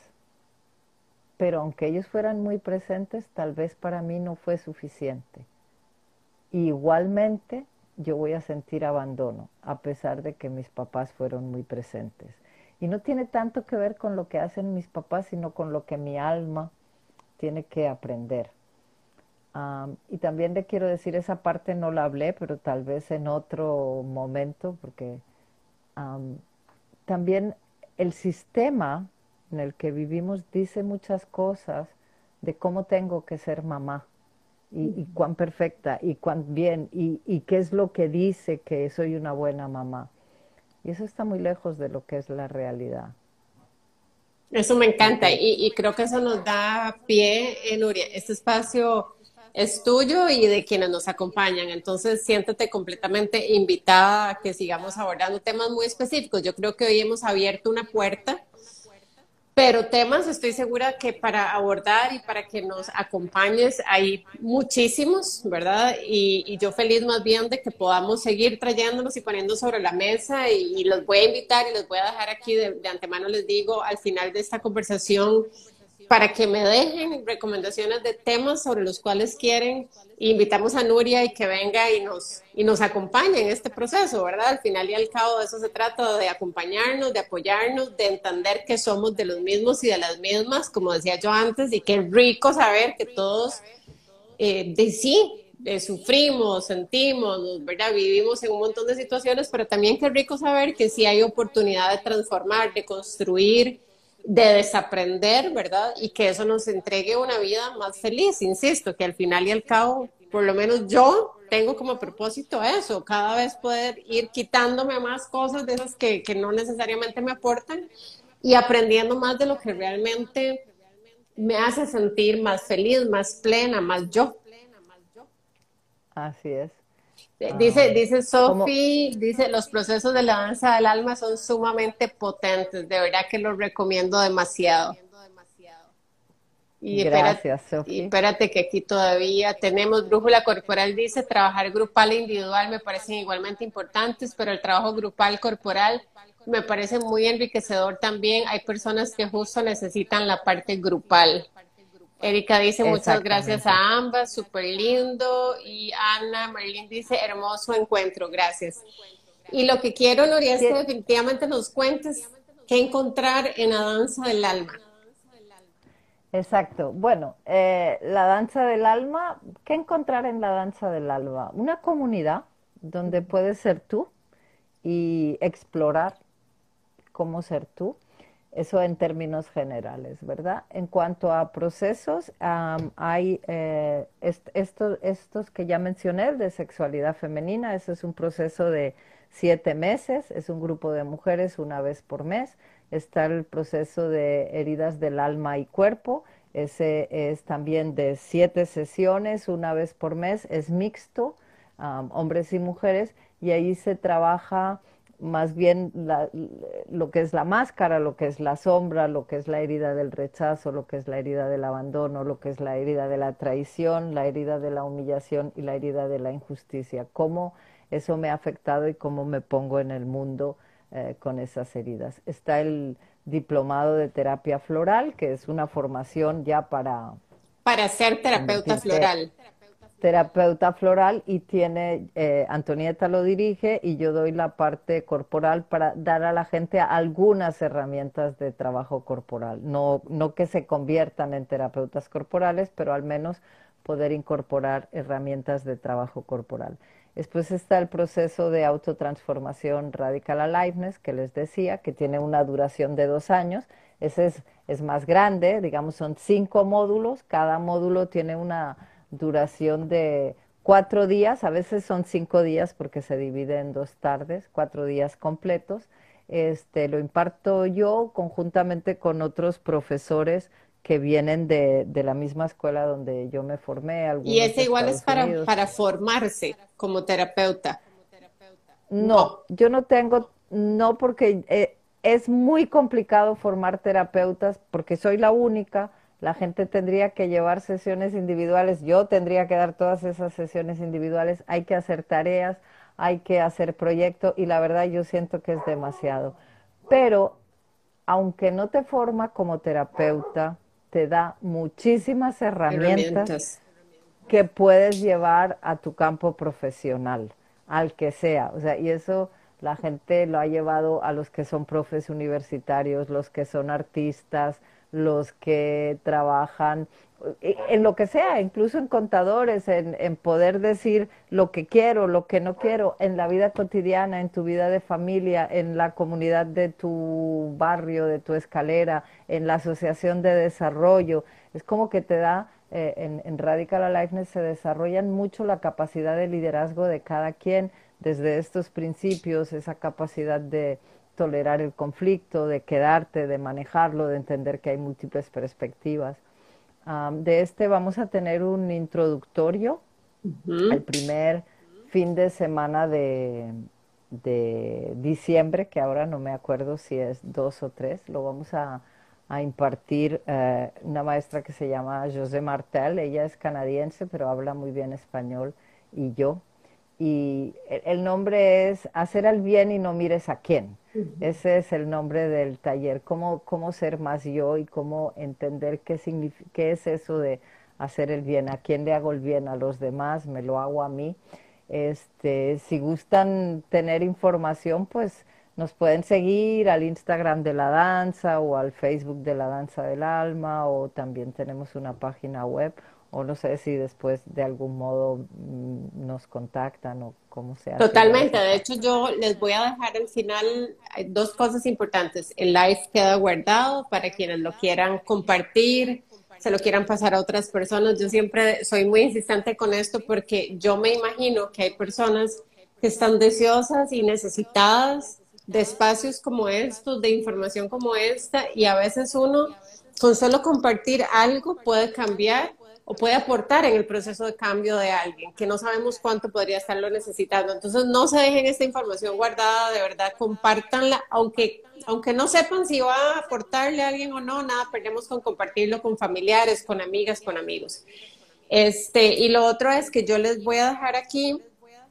pero aunque ellos fueran muy presentes, tal vez para mí no fue suficiente. Y igualmente yo voy a sentir abandono, a pesar de que mis papás fueron muy presentes. Y no tiene tanto que ver con lo que hacen mis papás, sino con lo que mi alma tiene que aprender. Y también le quiero decir, esa parte no la hablé, pero tal vez en otro momento, porque um, también el sistema en el que vivimos dice muchas cosas de cómo tengo que ser mamá y cuán perfecta y cuán bien y qué es lo que dice que soy una buena mamá. Y eso está muy lejos de lo que es la realidad. Eso me encanta Porque y creo que eso nos da pie, Nuria. Este espacio es tuyo y de quienes nos acompañan. Entonces, siéntate completamente invitada a que sigamos abordando temas muy específicos. Yo creo que hoy hemos abierto una puerta, pero temas estoy segura que para abordar y para que nos acompañes hay muchísimos, ¿verdad? Y yo feliz más bien de que podamos seguir trayéndonos y poniendo sobre la mesa y los voy a invitar y los voy a dejar aquí de antemano, les digo, al final de esta conversación para que me dejen recomendaciones de temas sobre los cuales quieren. Invitamos a Nuria y que venga y nos acompañe en este proceso, ¿verdad? Al final y al cabo de eso se trata, de acompañarnos, de apoyarnos, de entender que somos de los mismos y de las mismas, como decía yo antes, y qué rico saber que todos de sí, sufrimos, sentimos, ¿verdad? Vivimos en un montón de situaciones, pero también qué rico saber que sí hay oportunidad de transformar, de construir, de desaprender, ¿verdad? Y que eso nos entregue una vida más feliz, insisto, que al final y al cabo por lo menos yo tengo como propósito eso, cada vez poder ir quitándome más cosas de esas que no necesariamente me aportan y aprendiendo más de lo que realmente me hace sentir más feliz, más plena, más yo. Así es. Dice Como, Sophie, dice, los procesos de la danza del alma son sumamente potentes, de verdad que los recomiendo demasiado. gracias, Y Sophie. espérate que aquí todavía tenemos brújula corporal, dice, trabajar grupal e individual me parecen igualmente importantes, pero el trabajo grupal corporal me parece muy enriquecedor también. Hay personas que justo necesitan la parte grupal. Erika dice muchas gracias Exactamente. a ambas, súper lindo. Y Ana Marilyn dice hermoso encuentro, gracias. Y lo que quiero, Nuria, es que ¿Qué- definitivamente nos cuentes qué encontrar en la danza del alma. Exacto. Bueno, la danza del alma, ¿qué encontrar en la danza del alma? Una comunidad donde puedes ser tú y explorar cómo ser tú. Eso en términos generales, ¿verdad? En cuanto a procesos, hay estos que ya mencioné de sexualidad femenina. Ese es un proceso de 7 meses, es un grupo de mujeres una vez por mes. Está el proceso de heridas del alma y cuerpo. Ese es también de 7 sesiones, una vez por mes. Es mixto, hombres y mujeres, y ahí se trabaja más bien lo que es la máscara, lo que es la sombra, lo que es la herida del rechazo, lo que es la herida del abandono, lo que es la herida de la traición, la herida de la humillación y la herida de la injusticia. Cómo eso me ha afectado y cómo me pongo en el mundo con esas heridas. Está el diplomado de terapia floral, que es una formación ya para Para ser terapeuta convertirte floral. terapeuta floral y tiene, Antonieta lo dirige y yo doy la parte corporal para dar a la gente algunas herramientas de trabajo corporal. No, no que se conviertan en terapeutas corporales, pero al menos poder incorporar herramientas de trabajo corporal. Después está el proceso de autotransformación Radical Aliveness, que les decía, que tiene una duración de 2 años. Ese es más grande, digamos, son 5 módulos. Cada módulo tiene una duración de 4 días, a veces son 5 días porque se divide en 2 tardes, 4 días completos. Lo imparto yo conjuntamente con otros profesores que vienen de la misma escuela donde yo me formé, Y algunos ese de igual es Estados Unidos. para formarse como terapeuta. No, No. yo no tengo, no porque es muy complicado formar terapeutas porque soy la única. La gente tendría que llevar sesiones individuales, yo tendría que dar todas esas sesiones individuales, hay que hacer tareas, hay que hacer proyectos y la verdad yo siento que es demasiado. Pero aunque no te forma como terapeuta, te da muchísimas herramientas Herramientas. que puedes llevar a tu campo profesional, al que sea. O sea, y eso la gente lo ha llevado a los que son profes universitarios, los que son artistas, los que trabajan en lo que sea, incluso en contadores, en poder decir lo que quiero, lo que no quiero, en la vida cotidiana, en tu vida de familia, en la comunidad de tu barrio, de tu escalera, en la asociación de desarrollo. Es como que te da en Radical Aliveness se desarrollan mucho la capacidad de liderazgo de cada quien desde estos principios, esa capacidad de tolerar el conflicto, de quedarte, de manejarlo, de entender que hay múltiples perspectivas. De este vamos a tener un introductorio el Ujú. primer fin de semana de diciembre, que ahora no me acuerdo si es 2 o 3, lo vamos a impartir una maestra que se llama José Martel. Ella es canadiense, pero habla muy bien español, y yo. Y el nombre es Hacer el bien y no mires a quién. Ese es el nombre del taller, cómo ser más yo y cómo entender qué es eso de hacer el bien, a quién le hago el bien, a los demás, me lo hago a mí. Si gustan tener información, pues nos pueden seguir al Instagram de la danza o al Facebook de la danza del alma, o también tenemos una página web, o no sé si después de algún modo nos contactan o cómo se hace ya Totalmente. esa De parte. hecho, yo les voy a dejar al final dos cosas importantes. El live queda guardado para quienes lo quieran compartir. se lo quieran pasar a otras personas. Yo siempre soy muy insistente con esto porque yo me imagino que hay personas que están deseosas y necesitadas de espacios como estos, de información como esta, y a veces uno con solo compartir algo puede cambiar o puede aportar en el proceso de cambio de alguien, que no sabemos cuánto podría estarlo necesitando. Entonces, no se dejen esta información guardada, de verdad, compártanla, aunque no sepan si va a aportarle a alguien o no, nada, perdemos con compartirlo con familiares, con amigas, con amigos. Y lo otro es que yo les voy a dejar aquí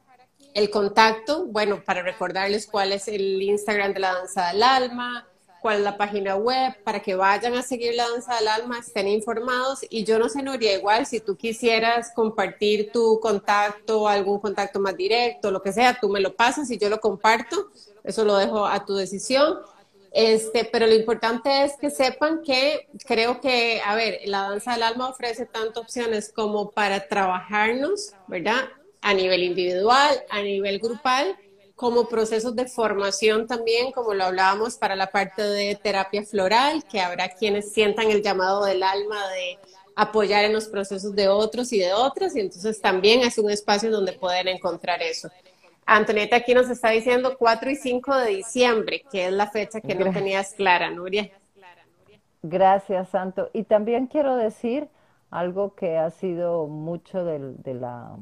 el contacto, bueno, para recordarles cuál es el Instagram de la Danza del Alma, cuál es la página web, para que vayan a seguir la Danza del Alma, estén informados. Y yo no sé, Nuria, igual, si tú quisieras compartir tu contacto, algún contacto más directo, lo que sea, tú me lo pasas y yo lo comparto, eso lo dejo a tu decisión. Pero lo importante es que sepan que creo que, a ver, la Danza del Alma ofrece tantas opciones como para trabajarnos, ¿verdad? A nivel individual, a nivel grupal, como procesos de formación también, como lo hablábamos para la parte de terapia floral, que habrá quienes sientan el llamado del alma de apoyar en los procesos de otros y de otras, y entonces también es un espacio donde pueden encontrar eso. Antonieta aquí nos está diciendo 4 y 5 de diciembre, que es la fecha que no Gra- tenías clara, Nuria. Gracias, Santo. Y también quiero decir algo que ha sido mucho de la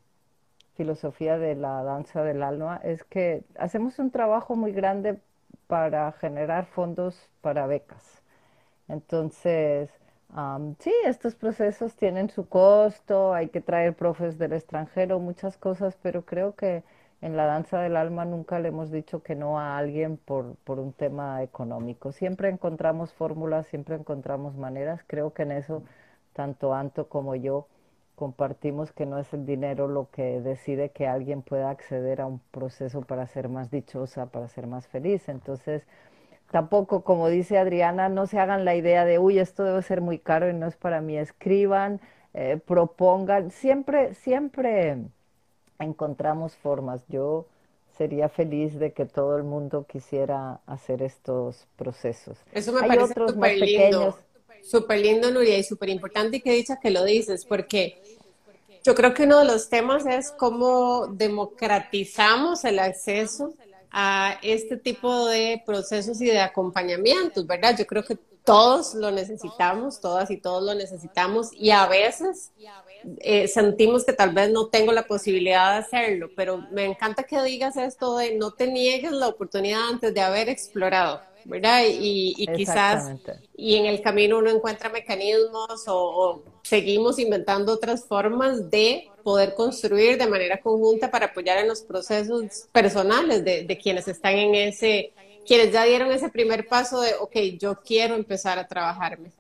filosofía de la danza del alma, es que hacemos un trabajo muy grande para generar fondos para becas. Entonces, sí, estos procesos tienen su costo, hay que traer profes del extranjero, muchas cosas, pero creo que en la danza del alma nunca le hemos dicho que no a alguien por un tema económico. Siempre encontramos fórmulas, siempre encontramos maneras. Creo que en eso tanto Anto como yo compartimos que no es el dinero lo que decide que alguien pueda acceder a un proceso para ser más dichosa, para ser más feliz. Entonces, tampoco, como dice Adriana, no se hagan la idea de, uy, esto debe ser muy caro y no es para mí. Escriban, propongan, siempre encontramos formas. Yo sería feliz de que todo el mundo quisiera hacer estos procesos. Eso me Hay parece otros más pequeños. súper lindo, Nuria, y súper importante y que dicha que lo dices, porque yo creo que uno de los temas es cómo democratizamos el acceso a este tipo de procesos y de acompañamientos, ¿verdad? Yo creo que todos lo necesitamos, todas y todos lo necesitamos, y a veces sentimos que tal vez no tengo la posibilidad de hacerlo, pero me encanta que digas esto de no te niegues la oportunidad antes de haber explorado, ¿verdad? Y quizás, Exactamente. y en el camino uno encuentra mecanismos o seguimos inventando otras formas de poder construir de manera conjunta para apoyar en los procesos personales de quienes están en quienes ya dieron ese primer paso de, ok, yo quiero empezar a trabajarme.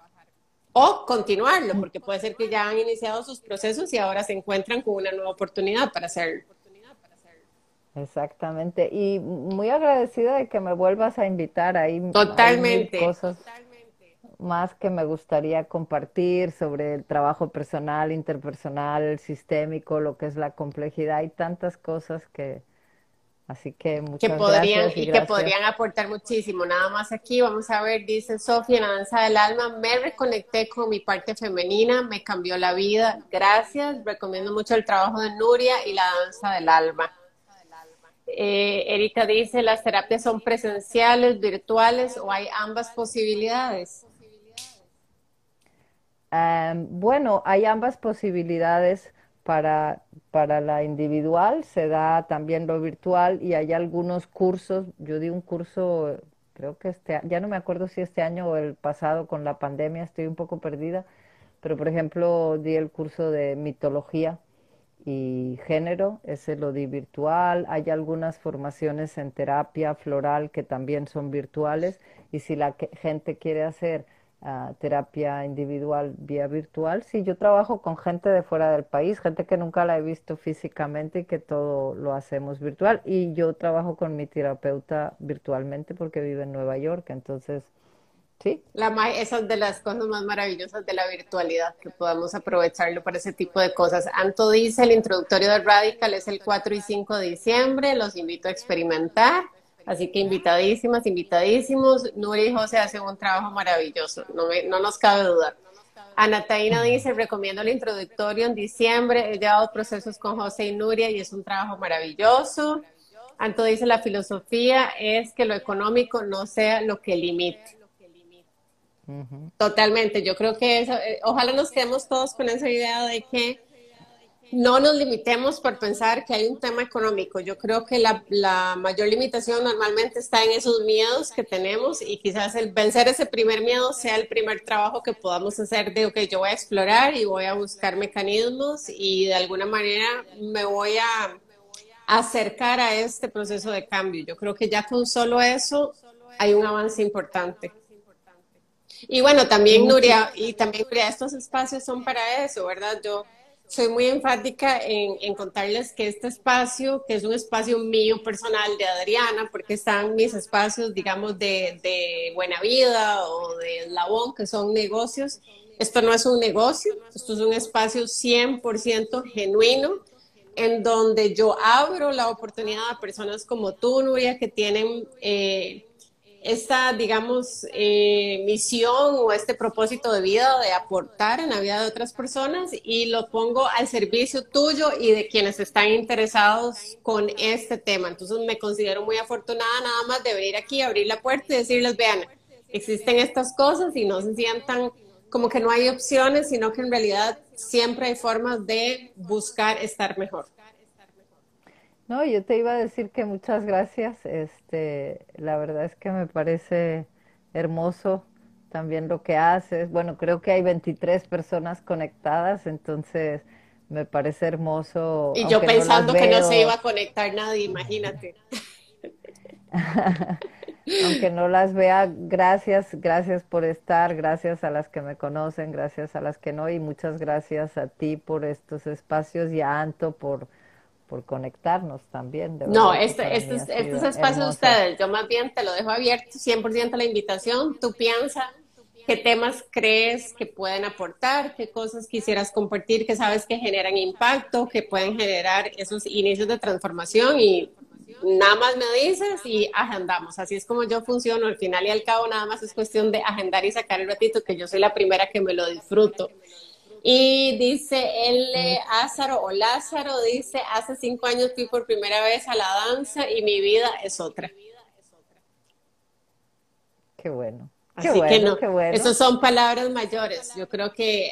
O continuarlo, porque puede ser que ya han iniciado sus procesos y ahora se encuentran con una nueva oportunidad para hacerlo. Exactamente. Y muy agradecida de que me vuelvas a invitar. Hay mil Totalmente. cosas más que me gustaría compartir sobre el trabajo personal, interpersonal, sistémico, lo que es la complejidad. Hay tantas cosas que... Así que muchas gracias y Que gracias. podrían aportar muchísimo. Nada más aquí, vamos a ver, dice Sofía, en la danza del alma, me reconecté con mi parte femenina, me cambió la vida. Gracias, recomiendo mucho el trabajo de Nuria y la danza del alma. Erika dice, ¿las terapias son presenciales, virtuales o hay ambas posibilidades? Bueno, hay ambas posibilidades para, para la individual, se da también lo virtual y hay algunos cursos. Yo di un curso, creo que ya no me acuerdo si este año o el pasado con la pandemia, estoy un poco perdida, pero por ejemplo di el curso de mitología y género, ese lo di virtual. Hay algunas formaciones en terapia floral que también son virtuales y si la gente quiere hacer terapia individual vía virtual, sí, yo trabajo con gente de fuera del país, gente que nunca la he visto físicamente y que todo lo hacemos virtual y yo trabajo con mi terapeuta virtualmente porque vive en Nueva York, entonces, sí. Esa es de las cosas más maravillosas de la virtualidad, que podamos aprovecharlo para ese tipo de cosas. Anto dice, el introductorio de Radical es el 4 y 5 de diciembre, los invito a experimentar, así que invitadísimas, invitadísimos. Nuria y José hacen un trabajo maravilloso, no nos cabe duda. Ana Taina dice, recomiendo el introductorio en diciembre, he llevado procesos con José y Nuria y es un trabajo maravilloso. Anto dice, la filosofía es que lo económico no sea lo que limite. Totalmente, yo creo que eso, ojalá nos quedemos todos con esa idea de que no nos limitemos por pensar que hay un tema económico. Yo creo que la mayor limitación normalmente está en esos miedos que tenemos y quizás el vencer ese primer miedo sea el primer trabajo que podamos hacer de, ok, yo voy a explorar y voy a buscar mecanismos y de alguna manera me voy a acercar a este proceso de cambio. Yo creo que ya con solo eso hay un avance importante. Y bueno, también Nuria, estos espacios son para eso, ¿verdad? Yo soy muy enfática en contarles que este espacio, que es un espacio mío personal de Adriana, porque están mis espacios, digamos, de Buena Vida o de Eslabón, que son negocios. Esto no es un negocio, esto es un espacio 100% genuino, en donde yo abro la oportunidad a personas como tú, Nuria, que tienen esta, digamos, misión o este propósito de vida de aportar en la vida de otras personas y lo pongo al servicio tuyo y de quienes están interesados con este tema. Entonces me considero muy afortunada nada más de venir aquí, abrir la puerta y decirles, vean, existen estas cosas y no se sientan como que no hay opciones, sino que en realidad siempre hay formas de buscar estar mejor. No, yo te iba a decir que muchas gracias. La verdad es que me parece hermoso también lo que haces. Bueno, creo que hay 23 personas conectadas, entonces me parece hermoso, Y yo aunque no las pensando que no se iba veo. a conectar nadie, imagínate. Aunque no las vea, gracias, gracias por estar, gracias a las que me conocen, gracias a las que no, y muchas gracias a ti por estos espacios y a Anto por conectarnos también, de No, verdad que para mí ha estos sido espacios de hermoso. ustedes, yo más bien te lo dejo abierto, 100% la invitación. Tú piensa qué temas crees que pueden aportar, qué cosas quisieras compartir, que sabes que generan impacto, que pueden generar esos inicios de transformación y nada más me dices y agendamos. Así es como yo funciono. Al final y al cabo nada más es cuestión de agendar y sacar el ratito, que yo soy la primera que me lo disfruto. Y dice él, Lázaro o Lázaro, dice, hace 5 años fui por primera vez a la danza y mi vida es otra. Qué bueno, qué Así que bueno, no, qué bueno. esas son palabras mayores. Yo creo que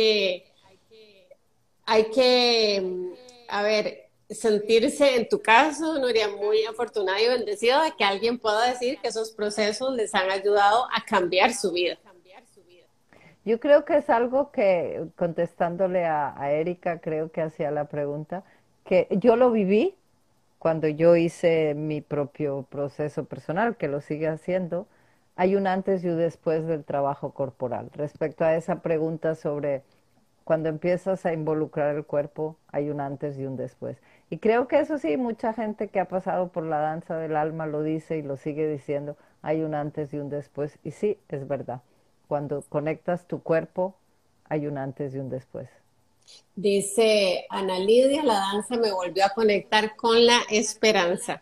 a ver, sentirse en tu caso, Nuria, muy afortunada y bendecida de que alguien pueda decir que esos procesos les han ayudado a cambiar su vida. Yo creo que es algo que, contestándole a Erika, creo que hacía la pregunta, que yo lo viví cuando yo hice mi propio proceso personal, que lo sigue haciendo. Hay un antes y un después del trabajo corporal. Respecto a esa pregunta sobre cuando empiezas a involucrar el cuerpo, hay un antes y un después. Y creo que eso sí, mucha gente que ha pasado por la danza del alma lo dice y lo sigue diciendo, hay un antes y un después. Y sí, es verdad. Cuando conectas tu cuerpo, hay un antes y un después. Dice Ana Lidia, la danza me volvió a conectar con la esperanza.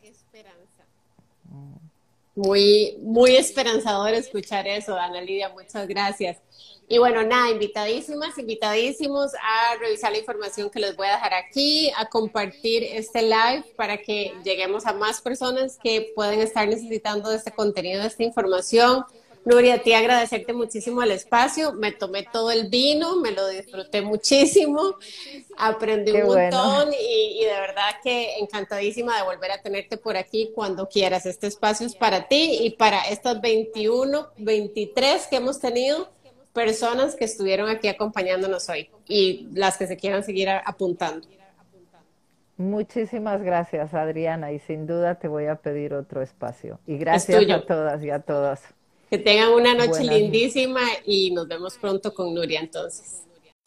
Muy, muy esperanzador escuchar eso, Ana Lidia, muchas gracias. Y bueno, nada, invitadísimas, invitadísimos a revisar la información que les voy a dejar aquí, a compartir este live para que lleguemos a más personas que pueden estar necesitando de este contenido, de esta información. Nuria, a ti agradecerte muchísimo el espacio, me tomé todo el vino, me lo disfruté muchísimo, aprendí un Qué bueno. montón y de verdad que encantadísima de volver a tenerte por aquí cuando quieras. Este espacio es para ti y para estas 21, 23 que hemos tenido personas que estuvieron aquí acompañándonos hoy y las que se quieran seguir apuntando. Muchísimas gracias, Adriana, y sin duda te voy a pedir otro espacio. Y Es gracias a tuyo. todas y a todos. Que tengan una noche Buenas noches. lindísima y nos vemos pronto con Nuria entonces.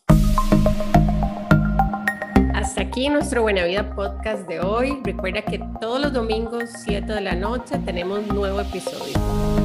Hasta aquí nuestro Buena Vida Podcast de hoy. Recuerda que todos los domingos, 7 de la noche, tenemos nuevo episodio.